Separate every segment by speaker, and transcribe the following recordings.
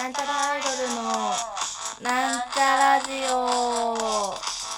Speaker 1: なんちゃらアイドルのなんちゃラジオ。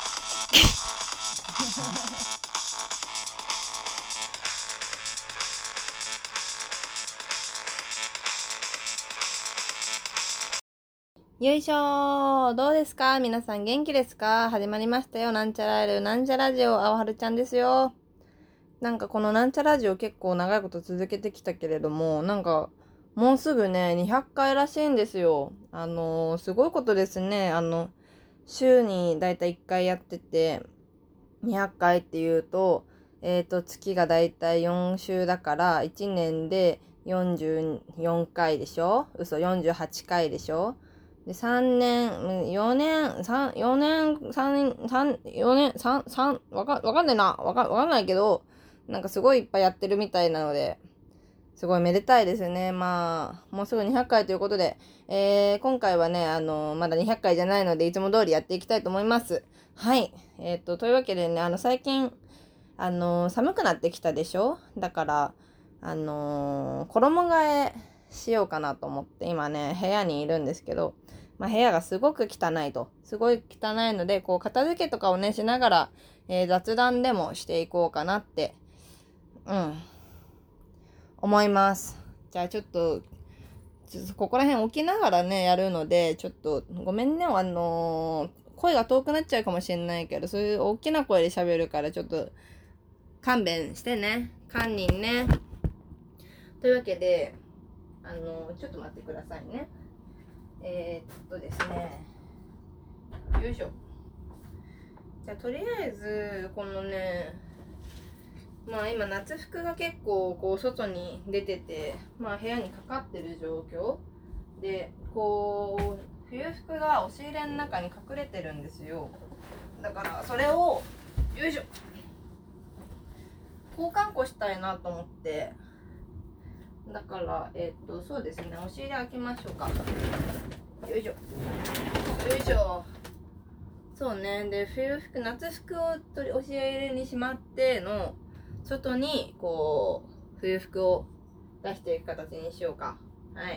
Speaker 1: よいしょー。どうですか皆さん、元気ですか？始まりましたよ、なんちゃらアイドルなんちゃラジオ。あおはるちゃんですよ。なんかこのなんちゃラジオ結構長いこと続けてきたけれども、なんかもうすぐね200回らしいんですよ。すごいことですね。週にだいたい1回やってて、200回っていうと月がだいたい4週だから1年で44回でしょ。嘘、48回でしょ。で3年4年4年4年わかんないな、わかんないけど、なんかすごいいっぱいやってるみたいなので、すごいめでたいですね。まあもうすぐ200回ということで、今回はねまだ200回じゃないので、いつも通りやっていきたいと思います。はい。というわけでね、最近寒くなってきたでしょ。だから衣替えしようかなと思って今ね部屋にいるんですけど、部屋がすごく汚いので、こう片付けとかをねしながら、雑談でもしていこうかなって思います。じゃあちょっとここら辺置きながらねやるので、ちょっとごめんね、声が遠くなっちゃうかもしれないけど、そういう大きな声で喋るからちょっと勘弁してね、堪忍ね。というわけでちょっと待ってくださいね。ですね、よいしょ。じゃあとりあえずこのね、今夏服が結構こう外に出てて、部屋にかかってる状況で、こう冬服が押し入れの中に隠れてるんですよ。だからそれをよいしょ交換庫したいなと思って、だからそうですね、押し入れ開けましょうか。よいしょよいしょ。そうね。で夏服を押し入れにしまっての外にこう冬服を出していく形にしようか。はい。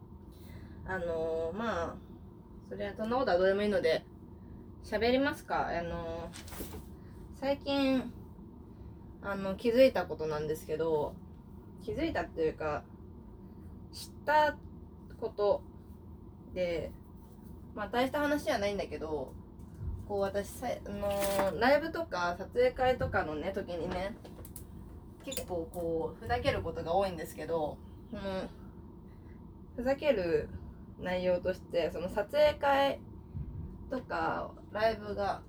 Speaker 1: それはそんなことはどうでもいいので喋りますか。最近気づいたことなんですけど、気づいたっていうか知ったことで、大した話じゃないんだけど、こう私ライブとか撮影会とかのね時にね、結構こうふざけることが多いんですけど、ふざける内容として、その撮影会とかライブが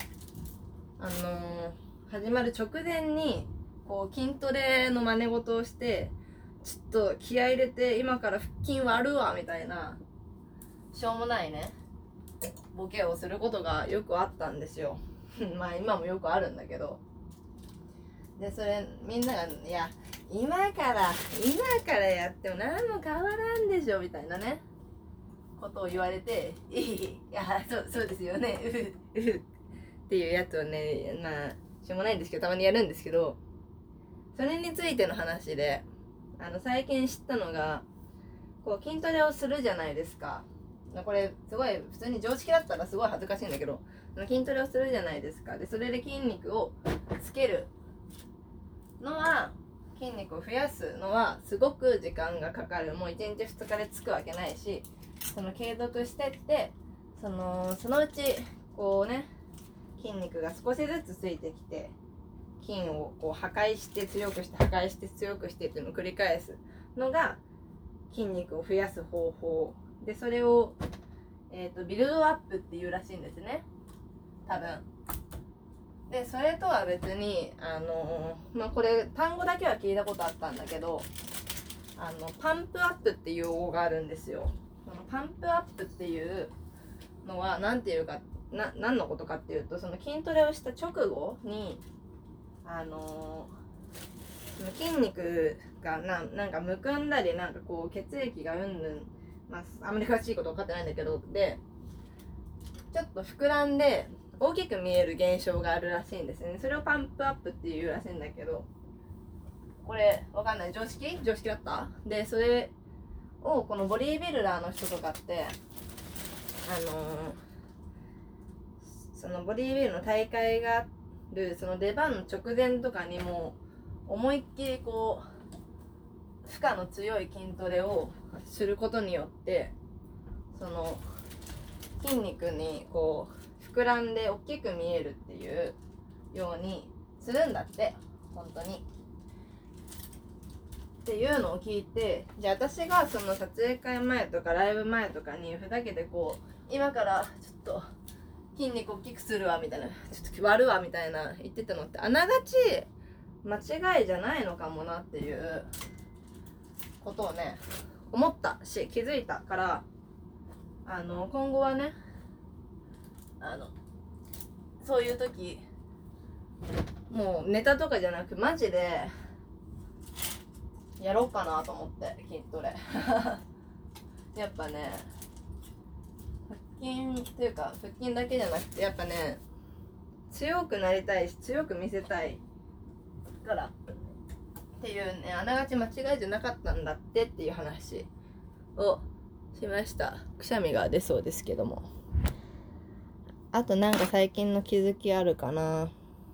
Speaker 1: 始まる直前にこう筋トレの真似事をして、ちょっと気合い入れて今から腹筋割るわみたいなしょうもないねボケをすることがよくあったんですよ。今もよくあるんだけど、でそれみんながいや今からやっても何も変わらんでしょみたいなねことを言われて、いやそうですよねっていうやつをね、しょうもないんですけどたまにやるんですけど、それについての話で最近知ったのが、こう筋トレをするじゃないですか。これすごい普通に常識だったらすごい恥ずかしいんだけど、筋トレをするじゃないですか。でそれで筋肉をつけるのは、筋肉を増やすのはすごく時間がかかる。もう1日2日でつくわけないし、その継続してってそのうちこうね筋肉が少しずつついてきて、筋をこう破壊して強くして破壊して強くしてっていうのを繰り返すのが筋肉を増やす方法で、それをビルドアップっていうらしいんですね、多分。でそれとは別にこれ単語だけは聞いたことあったんだけど、パンプアップっていう用語があるんですよ。パンプアップっていうのは何ていうか何のことかっていうと、その筋トレをした直後に筋肉がなんかむくんだり、なんかこう血液があんまり詳しいこと分かってないんだけど、でちょっと膨らんで大きく見える現象があるらしいんですね。それをパンプアップっていうらしいんだけど、これ分かんない、常識だった。でそれをこのボディービルダーの人とかってそのボディービルの大会があるその出番の直前とかにも思いっきりこう負荷の強い筋トレをすることによってその筋肉にこう膨らんで大きく見えるっていうようにするんだって、本当にっていうのを聞いて、じゃあ私がその撮影会前とかライブ前とかにふざけてこう今からちょっと筋肉大きくするわみたいな、ちょっと割るわみたいな言ってたのってあながち間違いじゃないのかもなっていうことをね思ったし気づいたから、今後はねそういう時もうネタとかじゃなくマジでやろうかなと思って筋トレやっぱね腹筋っていうか腹筋だけじゃなくてやっぱね強くなりたいし強く見せたいからっていうね、あながち間違いじゃなかったんだってっていう話をしました。くしゃみが出そうですけども、あとなんか最近の気づきあるかな。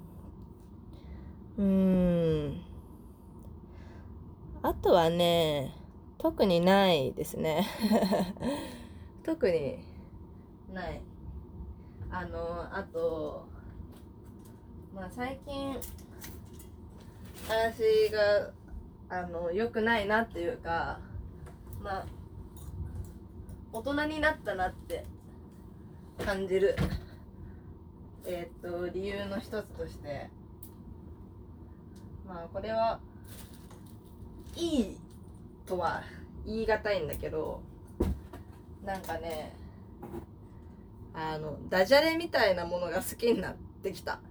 Speaker 1: あとはね特にないですね特にない。あとまあ最近私が良くないなっていうか、まあ大人になったなって感じる理由の一つとして、まあこれはいいとは言い難いんだけど、なんかねダジャレみたいなものが好きになってきた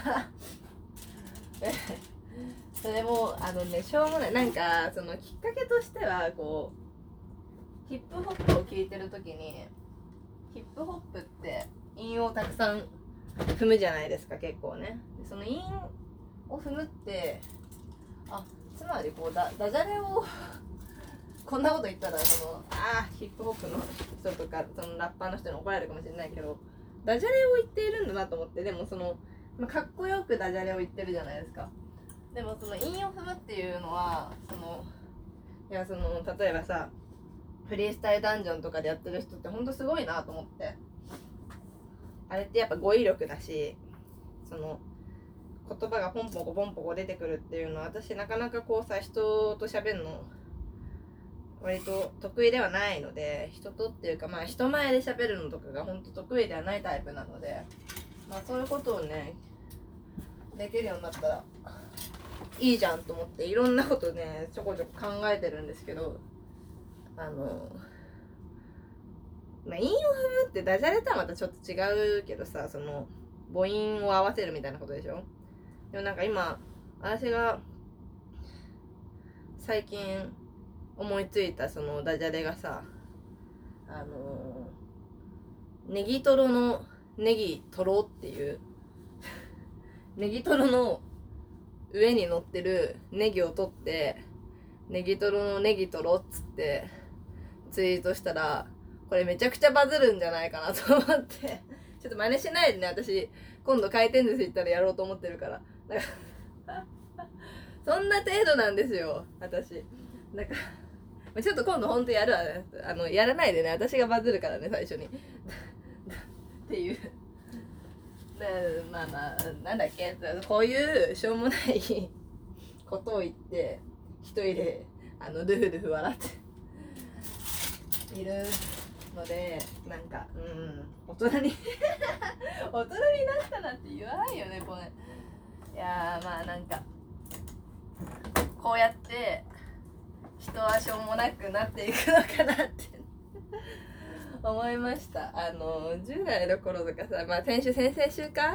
Speaker 1: それもしょうもない、なんかそのきっかけとしてはこうヒップホップを聴いてる時に、ヒップホップって韻をたくさん踏むじゃないですか、結構ね。でその韻を踏むってつまりこうダジャレをこんなこと言ったらヒップホップの人とかそのラッパーの人に怒られるかもしれないけど、ダジャレを言っているんだなと思って。でもかっこよくダジャレを言ってるじゃないですか。でもその韻を踏むっていうのは例えばさフリースタイルダンジョンとかでやってる人ってほんとすごいなと思って。あれってやっぱ語彙力だし、その言葉がポンポコポンポコ出てくるっていうのは私なかなかこうさ人と喋るの割と得意ではないので、人とっていうかまあ人前で喋るのとかがほんと得意ではないタイプなので、まあそういうことをねできるようになったらいいじゃんと思っていろんなことねちょこちょこ考えてるんですけど、韻を踏むってダジャレとはまたちょっと違うけどさ、その母音を合わせるみたいなことでしょ。でもなんか今私が最近思いついたそのダジャレがさ、ネギトロのネギトロっていうネギトロの上に乗ってるネギを取ってネギトロのネギトロっつってツイートしたら、これめちゃくちゃバズるんじゃないかなと思ってちょっと真似しないでね、私今度回転寿司行ったらやろうと思ってるから。だからそんな程度なんですよ私。だからちょっと今度ほんとやるわね。やらないでね、私がバズるからね最初にっていうまあなんだっけ、こういうしょうもないことを言って一人でルフルフ笑っているので、なんか大人に大人になったなって言わないよねこれ。いやまあなんかこうやって人はしょうもなくなっていくのかなって思いました。10代の頃とかさ、まあ先々週か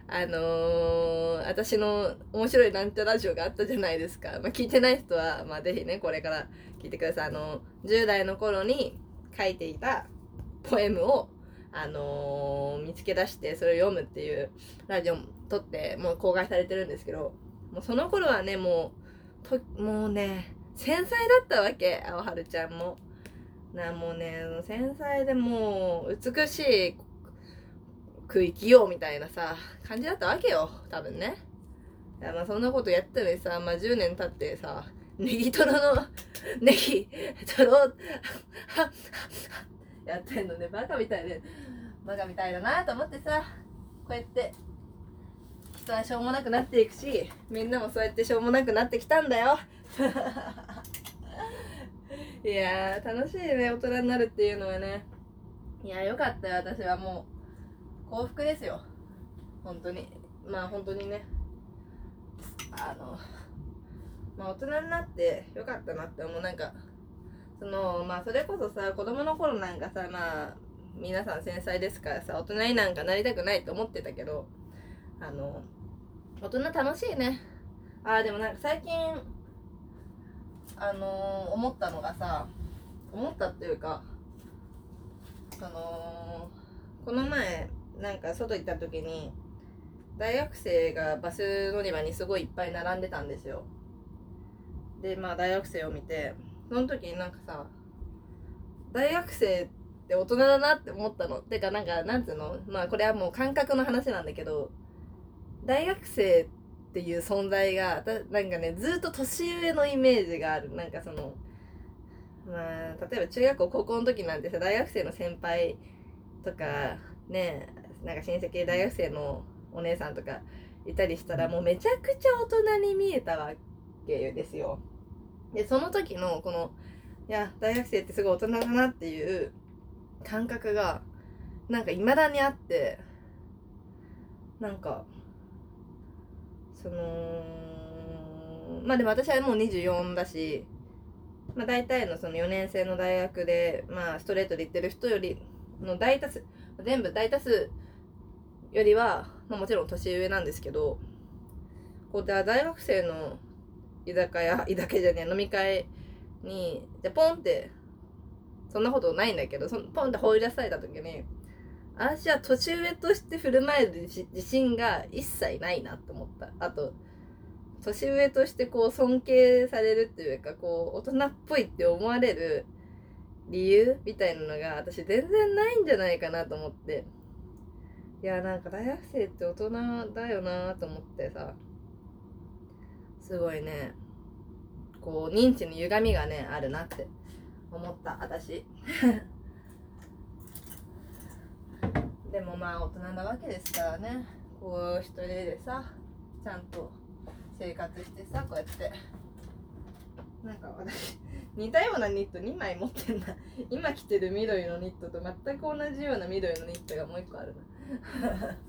Speaker 1: 私の面白いなんちゃラジオがあったじゃないですか。まあ聞いてない人はまあぜひねこれから聞いてください。10代の頃に書いていたポエムを見つけ出してそれを読むっていうラジオ撮ってもう公開されてるんですけど、もうその頃はねもうね繊細だったわけ、青春ちゃんも。 もうね、繊細でもう美しく生きようみたいなさ感じだったわけよ、多分ね。いや、まあそんなことやったのにさ、まあ10年経ってさ、ネギトロやってんのね、バカみたいだなと思ってさ、こうやって人はしょうもなくなっていくし、みんなもそうやってしょうもなくなってきたんだよ。いやー、楽しいね、大人になるっていうのはね。いや、よかったよ、私はもう幸福ですよ、本当に。まあ本当にね、まあ大人になってよかったなって思う。なんかまあそれこそさ、子供の頃なんかさ、まあ皆さん繊細ですからさ、大人になんかなりたくないと思ってたけど、大人楽しいね。でもなんか最近思ったのがさ、思ったっていうか、この前なんか外行った時に大学生がバス乗り場にすごいいっぱい並んでたんですよ。でまあ大学生を見て、その時になんかさ、大学生って大人だなって思ったの。てかなんかなんつうの、まあこれはもう感覚の話なんだけど、大学生っていう存在がなんかね、ずっと年上のイメージがある。なんかまあ例えば中学校高校の時なんてさ、大学生の先輩とかね、なんか親戚で大学生のお姉さんとかいたりしたら、もうめちゃくちゃ大人に見えたわけですよ。でその時のいや大学生ってすごい大人だなっていう感覚がなんか未だにあって、なんかまあでも私はもう24だし、まあ大体の4年生の大学でまあストレートで行ってる人よりの大多数よりは、まあ、もちろん年上なんですけど、こう大学生の居酒屋飲み会にじゃポンって、そんなことないんだけど、ポンって放り出された時に、私は年上として振る舞える自信が一切ないなって思った。あと年上としてこう尊敬されるっていうか、こう大人っぽいって思われる理由みたいなのが私全然ないんじゃないかなと思って。いや、なんか大学生って大人だよなと思ってさ、すごいね、こう認知の歪みがねあるなって思った私。でもまあ大人なわけですからね、こう一人でさちゃんと生活してさ、こうやってなんか私似たようなニット2枚持ってんだ。今着てる緑のニットと全く同じような緑のニットがもう1個あるな。まあ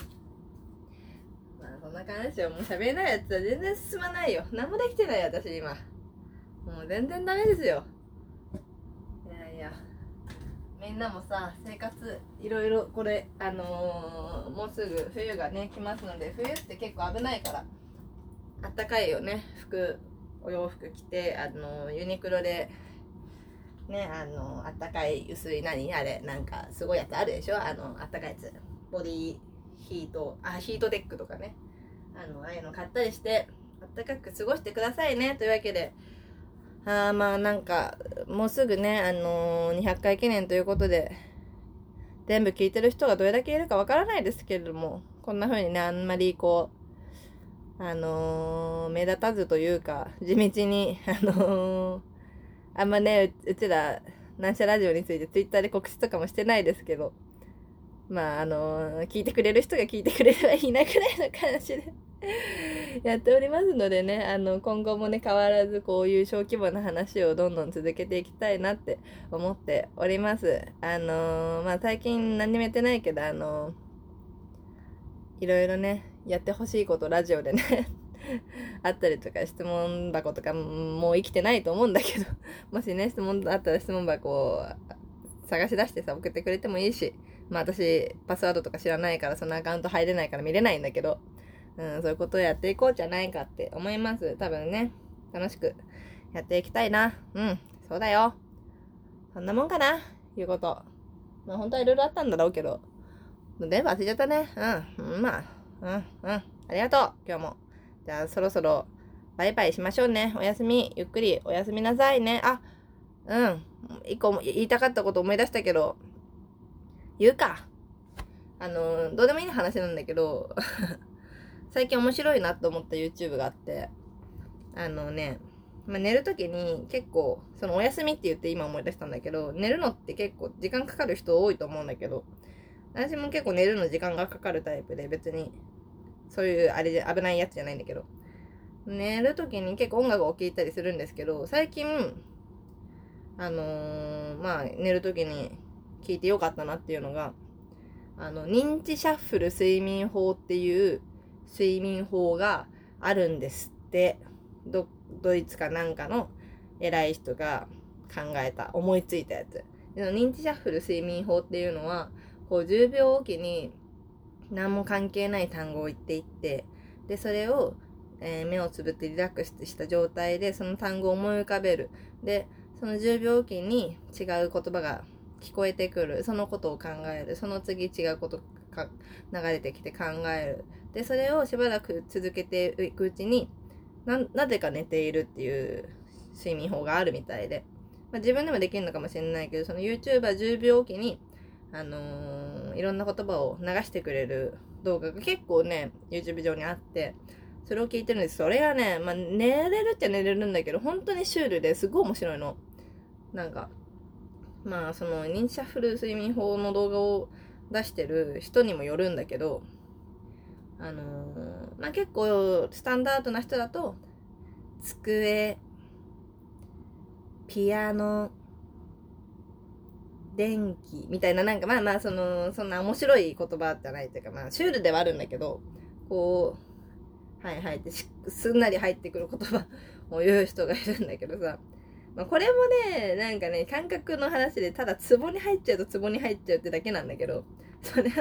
Speaker 1: そんな感じですよ。もう喋れないやつは全然進まないよ。何もできてないよ私今。もう全然ダメですよ。いやみんなもさ、生活いろいろこれもうすぐ冬がね来ますので、冬って結構危ないからあったかいよね、お洋服着て、ユニクロでね、あったかい薄いあれなんかすごいやつあるでしょ、あったかいやつ、ボディヒートテックとかね、ああいうの買ったりしてあったかく過ごしてくださいね。というわけで、まあなんかもうすぐね200回記念ということで、全部聞いてる人がどれだけいるかわからないですけれども、こんな風にね、あんまりこう目立たずというか地道にあんまね、うちらなんしゃラジオについてツイッターで告知とかもしてないですけど、まあ聞いてくれる人が聞いてくれればいいなくらいの感じでやっておりますのでね、今後もね変わらずこういう小規模な話をどんどん続けていきたいなって思っております。まあ最近何にもやってないけどいろいろねやってほしいことラジオでねあったりとか、質問箱とかもう生きてないと思うんだけどもしね質問あったら質問箱を探し出してさ送ってくれてもいいし、まあ私パスワードとか知らないからそのアカウント入れないから見れないんだけど、そういうことをやっていこうじゃないかって思います。多分ね楽しくやっていきたいな。そうだよ、そんなもんかな、いうこと。まあ本当はいろいろあったんだろうけど全部忘れちゃったね。まあありがとう今日も。じゃあそろそろバイバイしましょうね。おやすみ、ゆっくりおやすみなさいね。 一個言いたかったこと思い出したけど、言うか。どうでもいい話なんだけど、最近面白いなと思った YouTube があって、寝るときに結構、そのお休みって言って今思い出したんだけど、寝るのって結構時間かかる人多いと思うんだけど、私も結構寝るの時間がかかるタイプで、別に、そういうあれで危ないやつじゃないんだけど、寝るときに結構音楽を聴いたりするんですけど、最近、寝るときに聴いてよかったなっていうのが、認知シャッフル睡眠法っていう睡眠法があるんですって。ドイツかなんかの偉い人が思いついたやつ。認知シャッフル睡眠法っていうのは、こう10秒おきに何も関係ない単語を言っていって、で、それを、目をつぶってリラックスした状態でその単語を思い浮かべる。で、その10秒おきに違う言葉が聞こえてくる。そのことを考える。その次違うことが流れてきて考える。で、それをしばらく続けていくうちに、なぜか寝ているっていう睡眠法があるみたいで。自分でもできるのかもしれないけど、その YouTuber 10秒おきに、いろんな言葉を流してくれる動画が結構ね、YouTube 上にあって、それを聞いてるんです。それがね、寝れるっちゃ寝れるんだけど、本当にシュールですごい面白いの。なんか、その認知シャッフル睡眠法の動画を出してる人にもよるんだけど、結構スタンダードな人だと、机、ピアノ、電気みたいな、そんな面白い言葉じゃないというか、シュールではあるんだけど、こう、はいってすんなり入ってくる言葉を言う人がいるんだけどさ、これもね、感覚の話で、ただツボに入っちゃうとツボに入っちゃうってだけなんだけど、それを、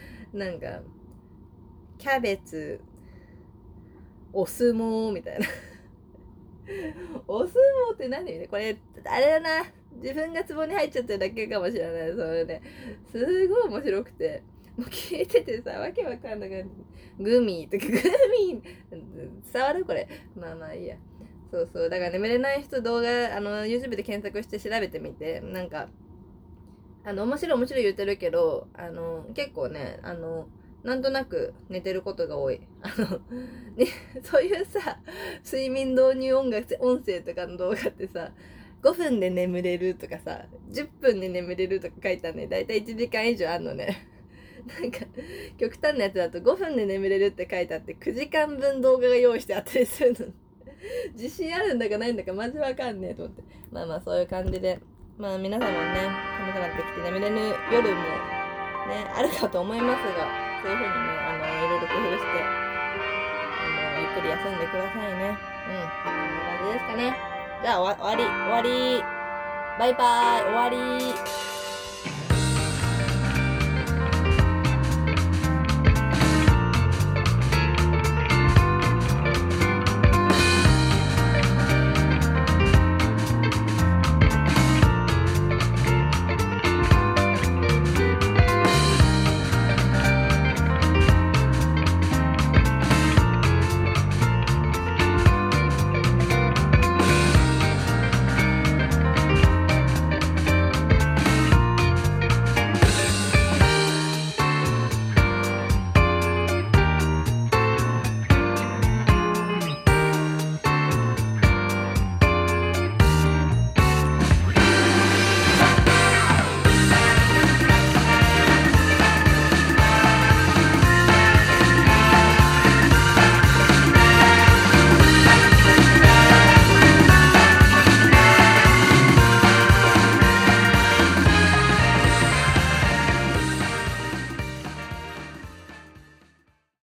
Speaker 1: キャベツ、お相撲みたいな。お相撲って何？これ、あれだな。自分がツボに入っちゃってるだけかもしれない。それね。すごい面白くて。もう聞いててさ、わけわかんなくなって。グミとか、伝わるこれ。いいや。そう。だから眠れない人動画、YouTube で検索して調べてみて、面白い言ってるけど、結構ね、なんとなく寝てることが多い。そういうさ、睡眠導入音声とかの動画ってさ、5分で眠れるとかさ、10分で眠れるとか書いたらね、だいたい1時間以上あんのね。極端なやつだと5分で眠れるって書いてあって、9時間分動画が用意してあったりするの。自信あるんだかないんだかマジわかんねえと思って。そういう感じで。皆さんもね、寒くなってきて眠れぬ夜もね、あるかと思いますが、そういう風にね、いろいろ工夫して、ゆっくり休んでくださいね。こんな感じですかね。じゃあ、終わり。バイバーイ、終わり。